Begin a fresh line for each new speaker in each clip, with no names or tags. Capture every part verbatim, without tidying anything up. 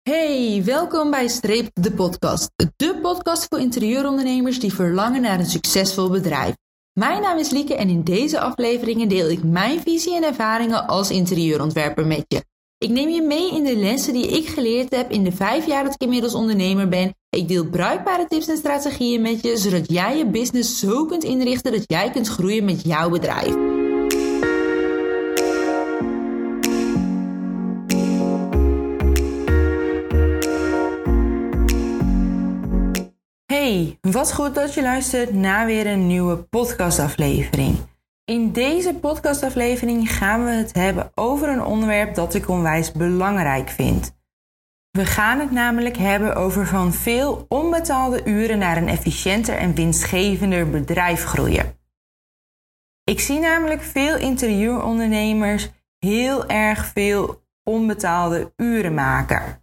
Hey, welkom bij Streep de podcast. De podcast voor interieurondernemers die verlangen naar een succesvol bedrijf. Mijn naam is Lieke en in deze afleveringen deel ik mijn visie en ervaringen als interieurontwerper met je. Ik neem je mee in de lessen die ik geleerd heb in de vijf jaar dat ik inmiddels ondernemer ben. Ik deel bruikbare tips en strategieën met je, zodat jij je business zo kunt inrichten dat jij kunt groeien met jouw bedrijf. Hey, wat goed dat je luistert naar weer een nieuwe podcastaflevering. In deze podcastaflevering gaan we het hebben over een onderwerp dat ik onwijs belangrijk vind. We gaan het namelijk hebben over van veel onbetaalde uren naar een efficiënter en winstgevender bedrijf groeien. Ik zie namelijk veel interieurondernemers heel erg veel onbetaalde uren maken.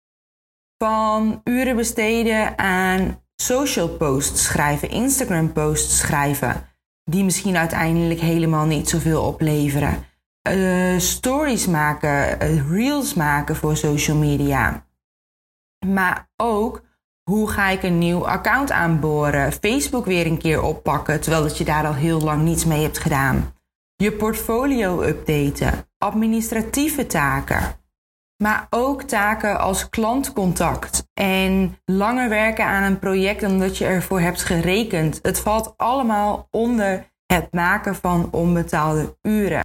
Van uren besteden aan social posts schrijven, Instagram posts schrijven, die misschien uiteindelijk helemaal niet zoveel opleveren. Uh, stories maken, uh, reels maken voor social media. Maar ook, hoe ga ik een nieuw account aanboren? Facebook weer een keer oppakken, terwijl dat je daar al heel lang niets mee hebt gedaan. Je portfolio updaten, administratieve taken. Maar ook taken als klantcontact en langer werken aan een project dan dat je ervoor hebt gerekend. Het valt allemaal onder het maken van onbetaalde uren.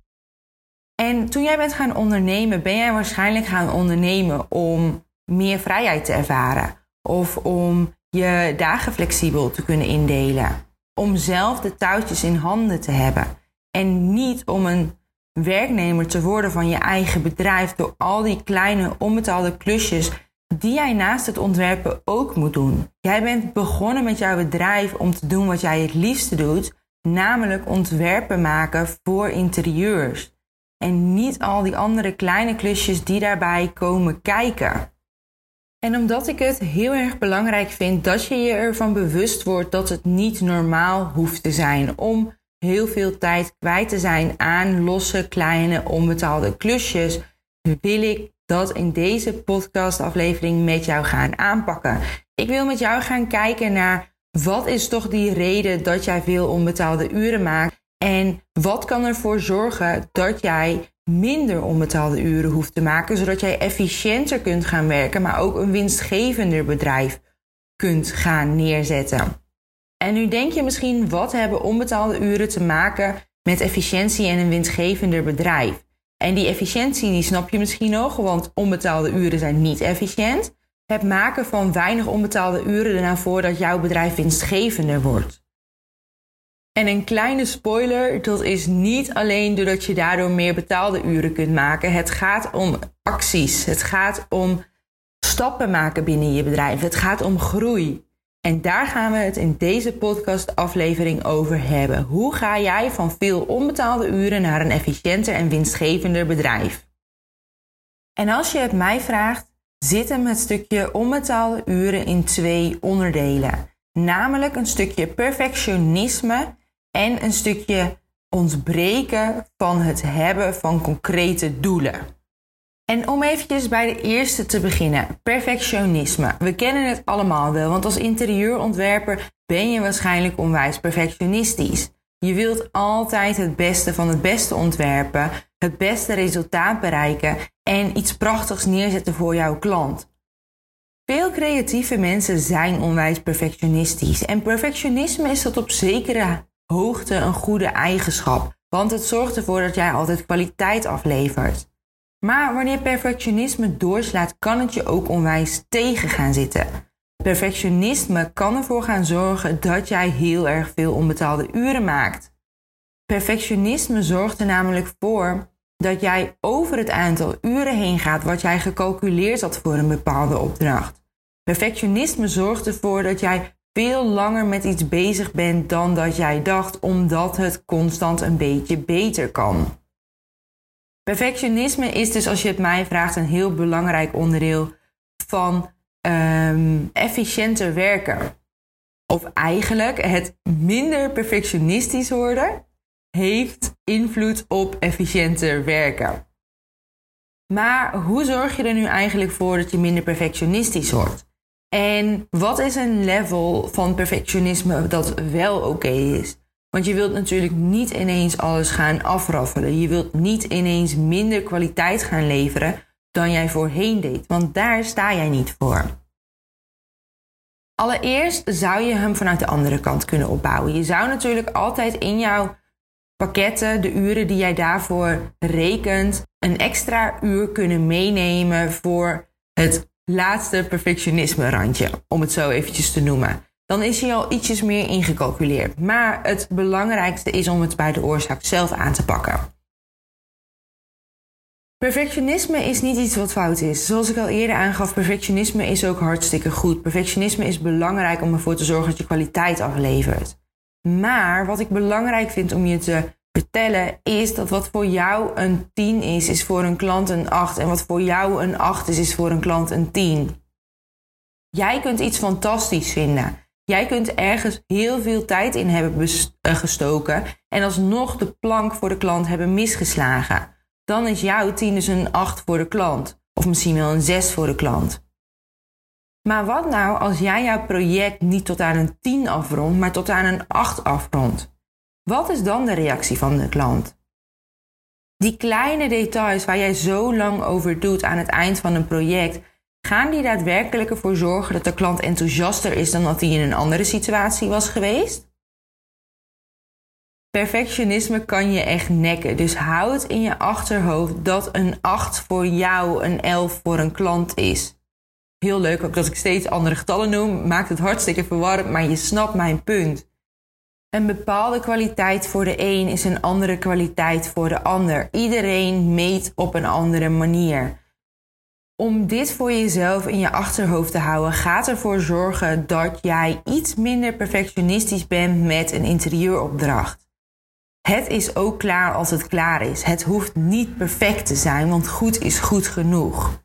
En toen jij bent gaan ondernemen, ben jij waarschijnlijk gaan ondernemen om meer vrijheid te ervaren. Of om je dagen flexibel te kunnen indelen. Om zelf de touwtjes in handen te hebben. En niet om een werknemer te worden van je eigen bedrijf door al die kleine onbetaalde klusjes die jij naast het ontwerpen ook moet doen. Jij bent begonnen met jouw bedrijf om te doen wat jij het liefste doet, namelijk ontwerpen maken voor interieurs. En niet al die andere kleine klusjes die daarbij komen kijken. En omdat ik het heel erg belangrijk vind dat je je ervan bewust wordt dat het niet normaal hoeft te zijn om heel veel tijd kwijt te zijn aan losse, kleine, onbetaalde klusjes, wil ik dat in deze podcastaflevering met jou gaan aanpakken. Ik wil met jou gaan kijken naar wat is toch die reden dat jij veel onbetaalde uren maakt en wat kan ervoor zorgen dat jij minder onbetaalde uren hoeft te maken, zodat jij efficiënter kunt gaan werken, maar ook een winstgevender bedrijf kunt gaan neerzetten. En nu denk je misschien, wat hebben onbetaalde uren te maken met efficiëntie en een winstgevender bedrijf? En die efficiëntie die snap je misschien nog, want onbetaalde uren zijn niet efficiënt. Het maken van weinig onbetaalde uren erna voor dat jouw bedrijf winstgevender wordt. En een kleine spoiler, dat is niet alleen doordat je daardoor meer betaalde uren kunt maken. Het gaat om acties, het gaat om stappen maken binnen je bedrijf, het gaat om groei. En daar gaan we het in deze podcastaflevering over hebben. Hoe ga jij van veel onbetaalde uren naar een efficiënter en winstgevender bedrijf? En als je het mij vraagt, zit hem het stukje onbetaalde uren in twee onderdelen. Namelijk een stukje perfectionisme en een stukje ontbreken van het hebben van concrete doelen. En om eventjes bij de eerste te beginnen, perfectionisme. We kennen het allemaal wel, want als interieurontwerper ben je waarschijnlijk onwijs perfectionistisch. Je wilt altijd het beste van het beste ontwerpen, het beste resultaat bereiken en iets prachtigs neerzetten voor jouw klant. Veel creatieve mensen zijn onwijs perfectionistisch en perfectionisme is tot op zekere hoogte een goede eigenschap, want het zorgt ervoor dat jij altijd kwaliteit aflevert. Maar wanneer perfectionisme doorslaat, kan het je ook onwijs tegen gaan zitten. Perfectionisme kan ervoor gaan zorgen dat jij heel erg veel onbetaalde uren maakt. Perfectionisme zorgt er namelijk voor dat jij over het aantal uren heen gaat wat jij gecalculeerd had voor een bepaalde opdracht. Perfectionisme zorgt ervoor dat jij veel langer met iets bezig bent dan dat jij dacht, omdat het constant een beetje beter kan. Perfectionisme is dus, als je het mij vraagt, een heel belangrijk onderdeel van um, efficiënter werken. Of eigenlijk het minder perfectionistisch worden heeft invloed op efficiënter werken. Maar hoe zorg je er nu eigenlijk voor dat je minder perfectionistisch wordt? En wat is een level van perfectionisme dat wel oké is? Want je wilt natuurlijk niet ineens alles gaan afraffelen. Je wilt niet ineens minder kwaliteit gaan leveren dan jij voorheen deed. Want daar sta jij niet voor. Allereerst zou je hem vanuit de andere kant kunnen opbouwen. Je zou natuurlijk altijd in jouw pakketten, de uren die jij daarvoor rekent, een extra uur kunnen meenemen voor het laatste perfectionisme randje, om het zo eventjes te noemen. Dan is hij al ietsjes meer ingecalculeerd. Maar het belangrijkste is om het bij de oorzaak zelf aan te pakken. Perfectionisme is niet iets wat fout is. Zoals ik al eerder aangaf, perfectionisme is ook hartstikke goed. Perfectionisme is belangrijk om ervoor te zorgen dat je kwaliteit aflevert. Maar wat ik belangrijk vind om je te vertellen is dat wat voor jou een tien is, is voor een klant een acht. En wat voor jou een acht is, is voor een klant een tien. Jij kunt iets fantastisch vinden. Jij kunt ergens heel veel tijd in hebben gestoken en alsnog de plank voor de klant hebben misgeslagen. Dan is jouw tien dus een acht voor de klant. Of misschien wel een zes voor de klant. Maar wat nou als jij jouw project niet tot aan een tien afrondt, maar tot aan een acht afrondt? Wat is dan de reactie van de klant? Die kleine details waar jij zo lang over doet aan het eind van een project, gaan die daadwerkelijk ervoor zorgen dat de klant enthousiaster is dan dat hij in een andere situatie was geweest? Perfectionisme kan je echt nekken, dus houd in je achterhoofd dat een acht voor jou een elf voor een klant is. Heel leuk ook dat ik steeds andere getallen noem, maakt het hartstikke verwarrend, maar je snapt mijn punt. Een bepaalde kwaliteit voor de een is een andere kwaliteit voor de ander. Iedereen meet op een andere manier. Om dit voor jezelf in je achterhoofd te houden, gaat ervoor zorgen dat jij iets minder perfectionistisch bent met een interieuropdracht. Het is ook klaar als het klaar is. Het hoeft niet perfect te zijn, want goed is goed genoeg.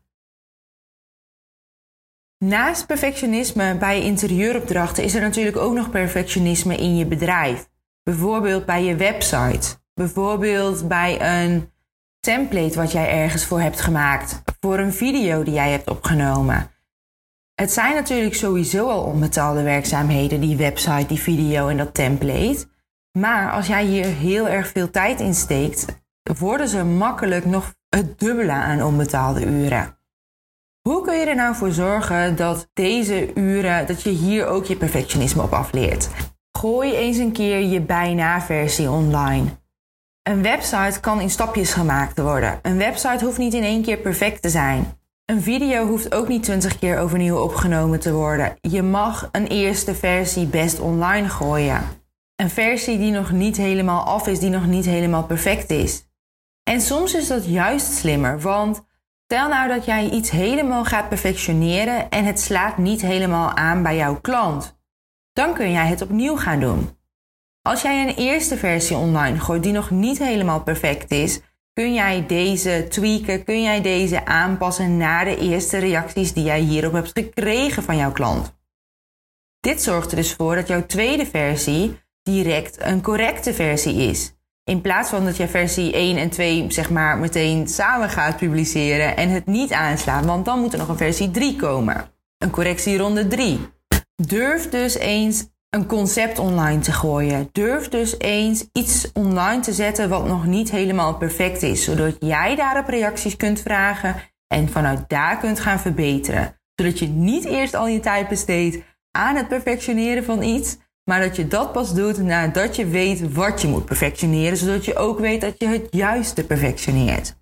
Naast perfectionisme bij interieuropdrachten is er natuurlijk ook nog perfectionisme in je bedrijf. Bijvoorbeeld bij je website. Bijvoorbeeld bij een template wat jij ergens voor hebt gemaakt. Voor een video die jij hebt opgenomen. Het zijn natuurlijk sowieso al onbetaalde werkzaamheden, die website, die video en dat template. Maar als jij hier heel erg veel tijd in steekt, worden ze makkelijk nog het dubbele aan onbetaalde uren. Hoe kun je er nou voor zorgen dat deze uren, dat je hier ook je perfectionisme op afleert? Gooi eens een keer je bijna-versie online. Een website kan in stapjes gemaakt worden. Een website hoeft niet in één keer perfect te zijn. Een video hoeft ook niet twintig keer overnieuw opgenomen te worden. Je mag een eerste versie best online gooien. Een versie die nog niet helemaal af is, die nog niet helemaal perfect is. En soms is dat juist slimmer, want stel nou dat jij iets helemaal gaat perfectioneren en het slaat niet helemaal aan bij jouw klant. Dan kun jij het opnieuw gaan doen. Als jij een eerste versie online gooit die nog niet helemaal perfect is, kun jij deze tweaken, kun jij deze aanpassen naar de eerste reacties die jij hierop hebt gekregen van jouw klant. Dit zorgt er dus voor dat jouw tweede versie direct een correcte versie is. In plaats van dat je versie één en twee zeg maar meteen samen gaat publiceren en het niet aanslaat, want dan moet er nog een versie drie komen. Een correctieronde drie. Durf dus eens een concept online te gooien. Durf dus eens iets online te zetten wat nog niet helemaal perfect is, zodat jij daarop reacties kunt vragen en vanuit daar kunt gaan verbeteren. Zodat je niet eerst al je tijd besteedt aan het perfectioneren van iets, maar dat je dat pas doet nadat je weet wat je moet perfectioneren, zodat je ook weet dat je het juiste perfectioneert.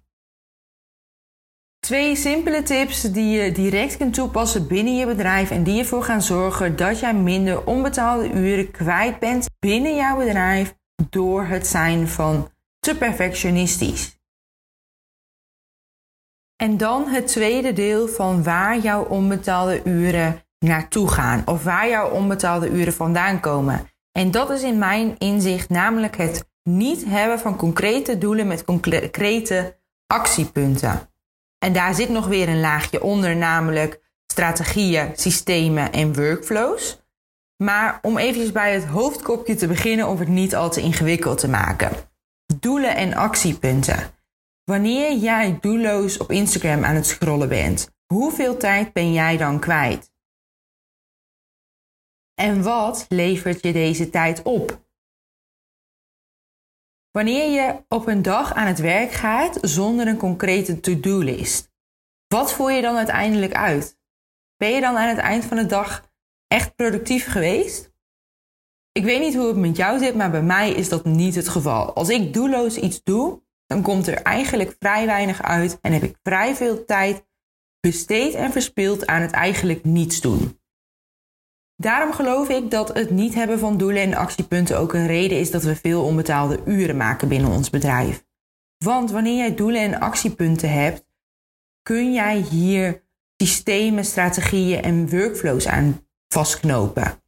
Twee simpele tips die je direct kunt toepassen binnen je bedrijf en die ervoor gaan zorgen dat jij minder onbetaalde uren kwijt bent binnen jouw bedrijf door het zijn van te perfectionistisch. En dan het tweede deel van waar jouw onbetaalde uren naartoe gaan of waar jouw onbetaalde uren vandaan komen. En dat is in mijn inzicht namelijk het niet hebben van concrete doelen met concrete actiepunten. En daar zit nog weer een laagje onder, namelijk strategieën, systemen en workflows. Maar om eventjes bij het hoofdkopje te beginnen om het niet al te ingewikkeld te maken. Doelen en actiepunten. Wanneer jij doelloos op Instagram aan het scrollen bent, hoeveel tijd ben jij dan kwijt? En wat levert je deze tijd op? Wanneer je op een dag aan het werk gaat zonder een concrete to-do-list, wat voer je dan uiteindelijk uit? Ben je dan aan het eind van de dag echt productief geweest? Ik weet niet hoe het met jou zit, maar bij mij is dat niet het geval. Als ik doelloos iets doe, dan komt er eigenlijk vrij weinig uit en heb ik vrij veel tijd besteed en verspild aan het eigenlijk niets doen. Daarom geloof ik dat het niet hebben van doelen en actiepunten ook een reden is dat we veel onbetaalde uren maken binnen ons bedrijf. Want wanneer jij doelen en actiepunten hebt, kun jij hier systemen, strategieën en workflows aan vastknopen.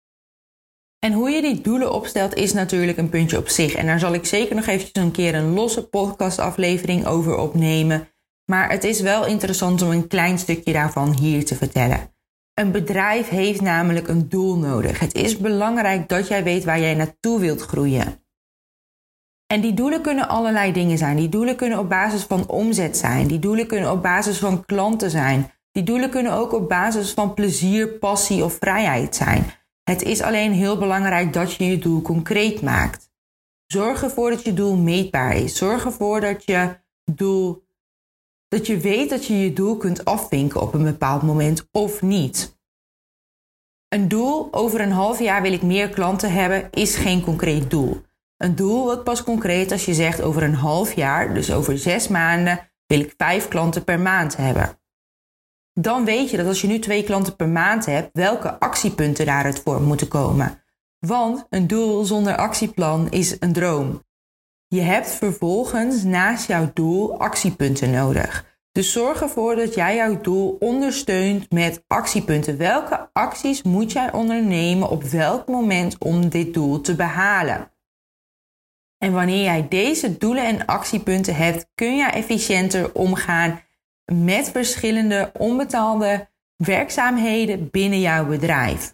En hoe je die doelen opstelt is natuurlijk een puntje op zich. En daar zal ik zeker nog eventjes een keer een losse podcastaflevering over opnemen. Maar het is wel interessant om een klein stukje daarvan hier te vertellen. Een bedrijf heeft namelijk een doel nodig. Het is belangrijk dat jij weet waar jij naartoe wilt groeien. En die doelen kunnen allerlei dingen zijn. Die doelen kunnen op basis van omzet zijn. Die doelen kunnen op basis van klanten zijn. Die doelen kunnen ook op basis van plezier, passie of vrijheid zijn. Het is alleen heel belangrijk dat je je doel concreet maakt. Zorg ervoor dat je doel meetbaar is. Zorg ervoor dat je doel, dat je weet dat je je doel kunt afvinken op een bepaald moment of niet. Een doel, over een half jaar wil ik meer klanten hebben, is geen concreet doel. Een doel wordt pas concreet als je zegt over een half jaar, dus over zes maanden, wil ik vijf klanten per maand hebben. Dan weet je dat als je nu twee klanten per maand hebt, welke actiepunten daaruit voor moeten komen. Want een doel zonder actieplan is een droom. Je hebt vervolgens naast jouw doel actiepunten nodig. Dus zorg ervoor dat jij jouw doel ondersteunt met actiepunten. Welke acties moet jij ondernemen op welk moment om dit doel te behalen? En wanneer jij deze doelen en actiepunten hebt, kun je efficiënter omgaan met verschillende onbetaalde werkzaamheden binnen jouw bedrijf.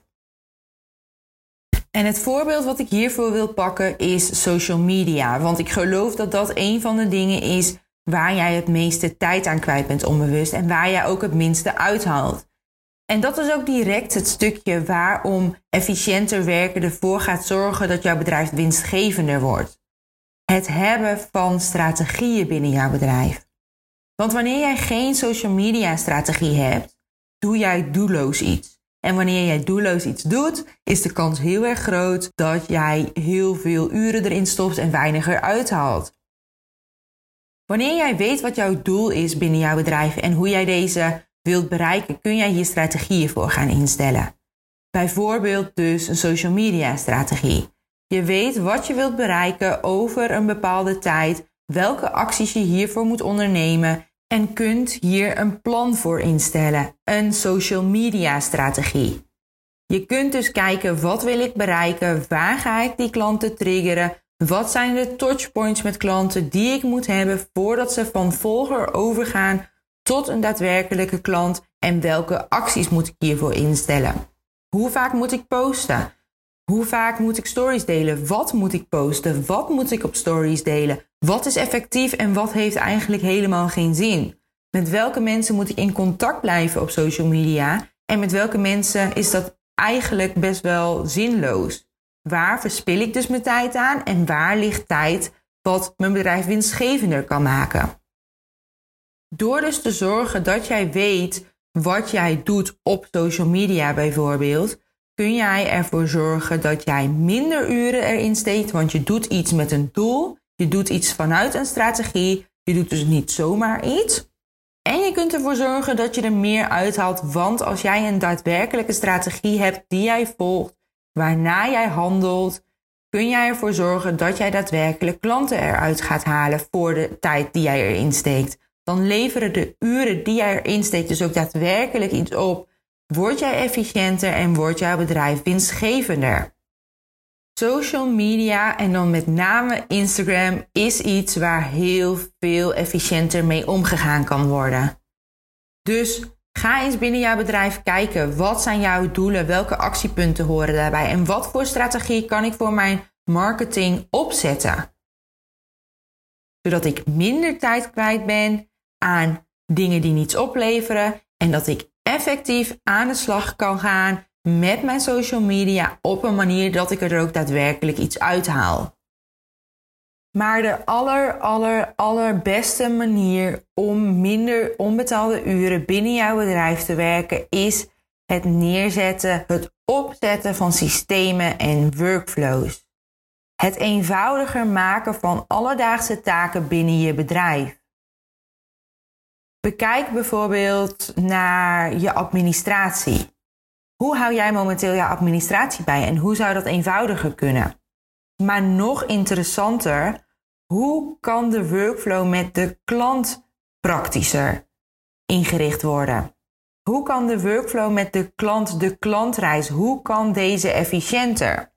En het voorbeeld wat ik hiervoor wil pakken is social media. Want ik geloof dat dat een van de dingen is waar jij het meeste tijd aan kwijt bent onbewust en waar jij ook het minste uithaalt. En dat is ook direct het stukje waarom efficiënter werken ervoor gaat zorgen dat jouw bedrijf winstgevender wordt. Het hebben van strategieën binnen jouw bedrijf. Want wanneer jij geen social media strategie hebt, doe jij doelloos iets. En wanneer jij doelloos iets doet, is de kans heel erg groot dat jij heel veel uren erin stopt en weinig eruit haalt. Wanneer jij weet wat jouw doel is binnen jouw bedrijf en hoe jij deze wilt bereiken, kun jij hier strategieën voor gaan instellen. Bijvoorbeeld dus een social media strategie. Je weet wat je wilt bereiken over een bepaalde tijd, welke acties je hiervoor moet ondernemen en kunt hier een plan voor instellen, een social media strategie. Je kunt dus kijken wat wil ik bereiken, waar ga ik die klanten triggeren, wat zijn de touchpoints met klanten die ik moet hebben voordat ze van volger overgaan tot een daadwerkelijke klant en welke acties moet ik hiervoor instellen. Hoe vaak moet ik posten? Hoe vaak moet ik stories delen? Wat moet ik posten? Wat moet ik op stories delen? Wat is effectief en wat heeft eigenlijk helemaal geen zin? Met welke mensen moet ik in contact blijven op social media? En met welke mensen is dat eigenlijk best wel zinloos? Waar verspil ik dus mijn tijd aan? En waar ligt tijd wat mijn bedrijf winstgevender kan maken? Door dus te zorgen dat jij weet wat jij doet op social media bijvoorbeeld, kun jij ervoor zorgen dat jij minder uren erin steekt, want je doet iets met een doel, je doet iets vanuit een strategie, je doet dus niet zomaar iets. En je kunt ervoor zorgen dat je er meer uithaalt, want als jij een daadwerkelijke strategie hebt die jij volgt, waarna jij handelt, kun jij ervoor zorgen dat jij daadwerkelijk klanten eruit gaat halen voor de tijd die jij erin steekt. Dan leveren de uren die jij erin steekt dus ook daadwerkelijk iets op. Word jij efficiënter en wordt jouw bedrijf winstgevender. Social media en dan met name Instagram is iets waar heel veel efficiënter mee omgegaan kan worden. Dus ga eens binnen jouw bedrijf kijken. Wat zijn jouw doelen? Welke actiepunten horen daarbij? En wat voor strategie kan ik voor mijn marketing opzetten? zodat ik minder tijd kwijt ben aan dingen die niets opleveren en dat ik effectief aan de slag kan gaan met mijn social media op een manier dat ik er ook daadwerkelijk iets uithaal. Maar de aller, aller, allerbeste manier om minder onbetaalde uren binnen jouw bedrijf te werken is het neerzetten, het opzetten van systemen en workflows. Het eenvoudiger maken van alledaagse taken binnen je bedrijf. Bekijk bijvoorbeeld naar je administratie. Hoe hou jij momenteel je administratie bij en hoe zou dat eenvoudiger kunnen? Maar nog interessanter, hoe kan de workflow met de klant praktischer ingericht worden? Hoe kan de workflow met de klant, de klantreis, hoe kan deze efficiënter?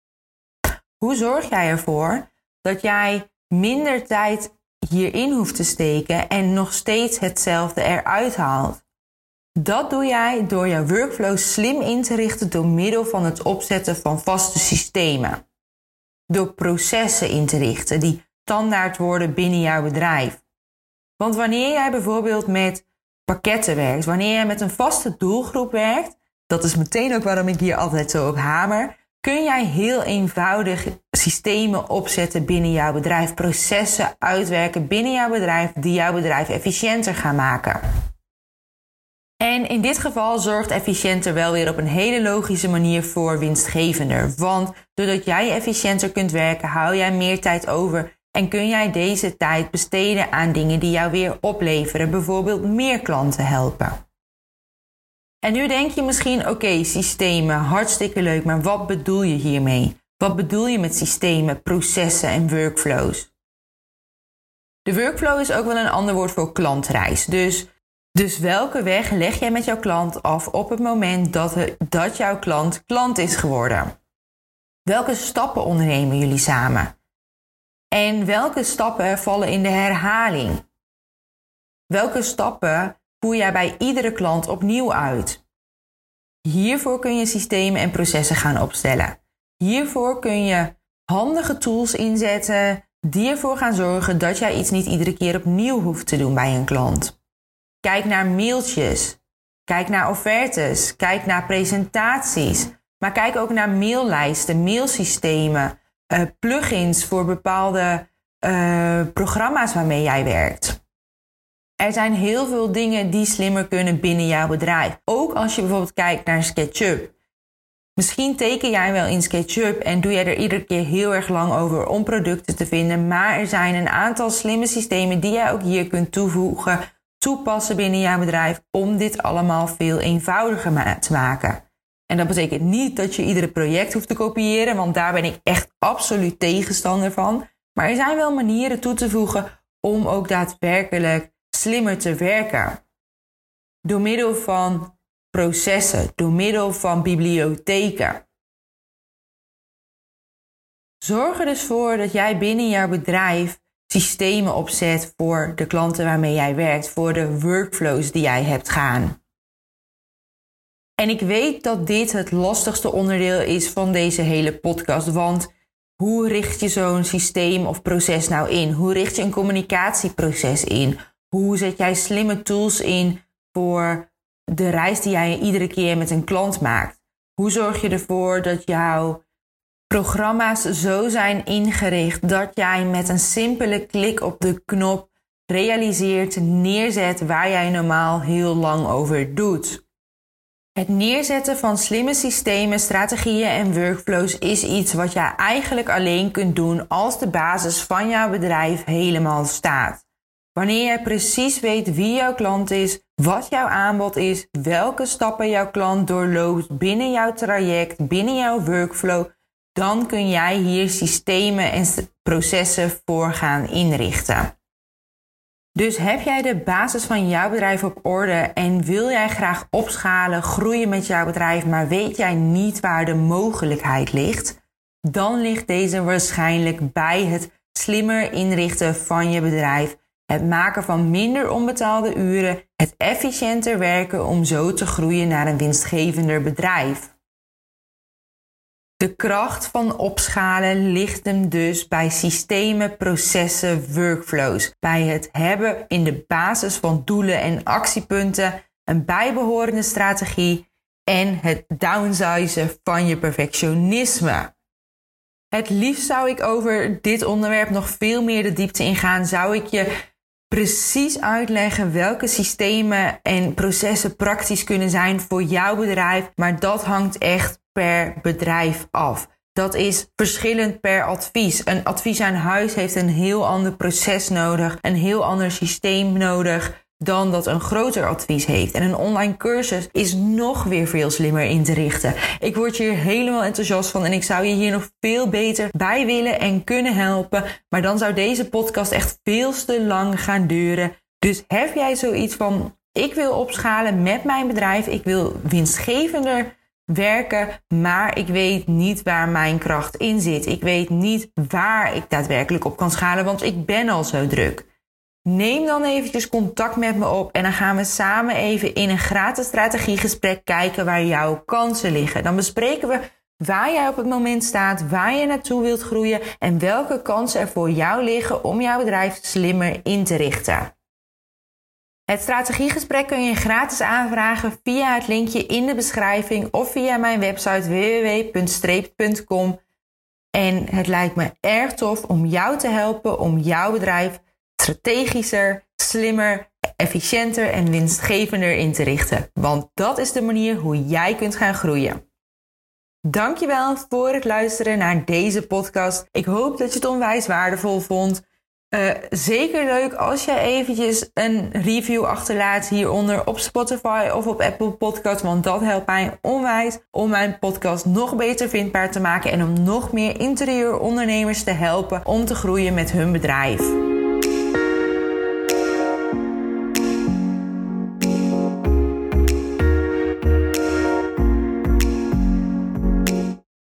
Hoe zorg jij ervoor dat jij minder tijd hierin hoeft te steken en nog steeds hetzelfde eruit haalt? Dat doe jij door jouw workflow slim in te richten door middel van het opzetten van vaste systemen. Door processen in te richten die standaard worden binnen jouw bedrijf. Want wanneer jij bijvoorbeeld met pakketten werkt, wanneer jij met een vaste doelgroep werkt, dat is meteen ook waarom ik hier altijd zo op hamer, kun jij heel eenvoudig systemen opzetten binnen jouw bedrijf, processen uitwerken binnen jouw bedrijf die jouw bedrijf efficiënter gaan maken. En in dit geval zorgt efficiënter wel weer op een hele logische manier voor winstgevender. Want doordat jij efficiënter kunt werken, hou jij meer tijd over en kun jij deze tijd besteden aan dingen die jou weer opleveren. Bijvoorbeeld meer klanten helpen. En nu denk je misschien, oké, okay, systemen, hartstikke leuk, maar wat bedoel je hiermee? Wat bedoel je met systemen, processen en workflows? De workflow is ook wel een ander woord voor klantreis. Dus, dus welke weg leg jij met jouw klant af op het moment dat, het, dat jouw klant klant is geworden? Welke stappen ondernemen jullie samen? En welke stappen vallen in de herhaling? Welke stappen voer jij bij iedere klant opnieuw uit? Hiervoor kun je systemen en processen gaan opstellen. Hiervoor kun je handige tools inzetten die ervoor gaan zorgen dat jij iets niet iedere keer opnieuw hoeft te doen bij een klant. Kijk naar mailtjes. Kijk naar offertes. Kijk naar presentaties. Maar kijk ook naar maillijsten, mailsystemen, uh, plugins voor bepaalde uh, programma's waarmee jij werkt. Er zijn heel veel dingen die slimmer kunnen binnen jouw bedrijf. Ook als je bijvoorbeeld kijkt naar SketchUp. Misschien teken jij wel in SketchUp en doe jij er iedere keer heel erg lang over om producten te vinden. Maar er zijn een aantal slimme systemen die jij ook hier kunt toevoegen, toepassen binnen jouw bedrijf om dit allemaal veel eenvoudiger te maken. En dat betekent niet dat je iedere project hoeft te kopiëren, want daar ben ik echt absoluut tegenstander van. Maar er zijn wel manieren toe te voegen om ook daadwerkelijk slimmer te werken. Door middel van processen, door middel van bibliotheken. Zorg er dus voor dat jij binnen jouw bedrijf systemen opzet voor de klanten waarmee jij werkt, voor de workflows die jij hebt gaan. En ik weet dat dit het lastigste onderdeel is van deze hele podcast, want hoe richt je zo'n systeem of proces nou in? Hoe richt je een communicatieproces in? Hoe zet jij slimme tools in voor de reis die jij iedere keer met een klant maakt? Hoe zorg je ervoor dat jouw programma's zo zijn ingericht dat jij met een simpele klik op de knop realiseert, neerzet waar jij normaal heel lang over doet? Het neerzetten van slimme systemen, strategieën en workflows is iets wat jij eigenlijk alleen kunt doen als de basis van jouw bedrijf helemaal staat. Wanneer jij precies weet wie jouw klant is, wat jouw aanbod is, welke stappen jouw klant doorloopt binnen jouw traject, binnen jouw workflow, dan kun jij hier systemen en processen voor gaan inrichten. Dus heb jij de basis van jouw bedrijf op orde en wil jij graag opschalen, groeien met jouw bedrijf, maar weet jij niet waar de mogelijkheid ligt, dan ligt deze waarschijnlijk bij het slimmer inrichten van je bedrijf, het maken van minder onbetaalde uren, het efficiënter werken om zo te groeien naar een winstgevender bedrijf. De kracht van opschalen ligt hem dus bij systemen, processen, workflows. Bij het hebben in de basis van doelen en actiepunten, een bijbehorende strategie en het downsizen van je perfectionisme. Het liefst zou ik over dit onderwerp nog veel meer de diepte ingaan. Zou ik je precies uitleggen welke systemen en processen praktisch kunnen zijn voor jouw bedrijf. Maar dat hangt echt per bedrijf af. Dat is verschillend per advies. Een advies aan huis heeft een heel ander proces nodig, een heel ander systeem nodig dan dat een groter advies heeft. En een online cursus is nog weer veel slimmer in te richten. Ik word hier helemaal enthousiast van en ik zou je hier nog veel beter bij willen en kunnen helpen. Maar dan zou deze podcast echt veel te lang gaan duren. Dus heb jij zoiets van, ik wil opschalen met mijn bedrijf, ik wil winstgevender werken, maar ik weet niet waar mijn kracht in zit. Ik weet niet waar ik daadwerkelijk op kan schalen, want ik ben al zo druk. Neem dan eventjes contact met me op en dan gaan we samen even in een gratis strategiegesprek kijken waar jouw kansen liggen. Dan bespreken we waar jij op het moment staat, waar je naartoe wilt groeien en welke kansen er voor jou liggen om jouw bedrijf slimmer in te richten. Het strategiegesprek kun je gratis aanvragen via het linkje in de beschrijving of via mijn website w w w punt streep punt com. En het lijkt me erg tof om jou te helpen om jouw bedrijf strategischer, slimmer, efficiënter en winstgevender in te richten. Want dat is de manier hoe jij kunt gaan groeien. Dankjewel voor het luisteren naar deze podcast. Ik hoop dat je het onwijs waardevol vond. Uh, zeker leuk als je eventjes een review achterlaat hieronder op Spotify of op Apple Podcasts. Want dat helpt mij onwijs om mijn podcast nog beter vindbaar te maken en om nog meer interieurondernemers te helpen om te groeien met hun bedrijf.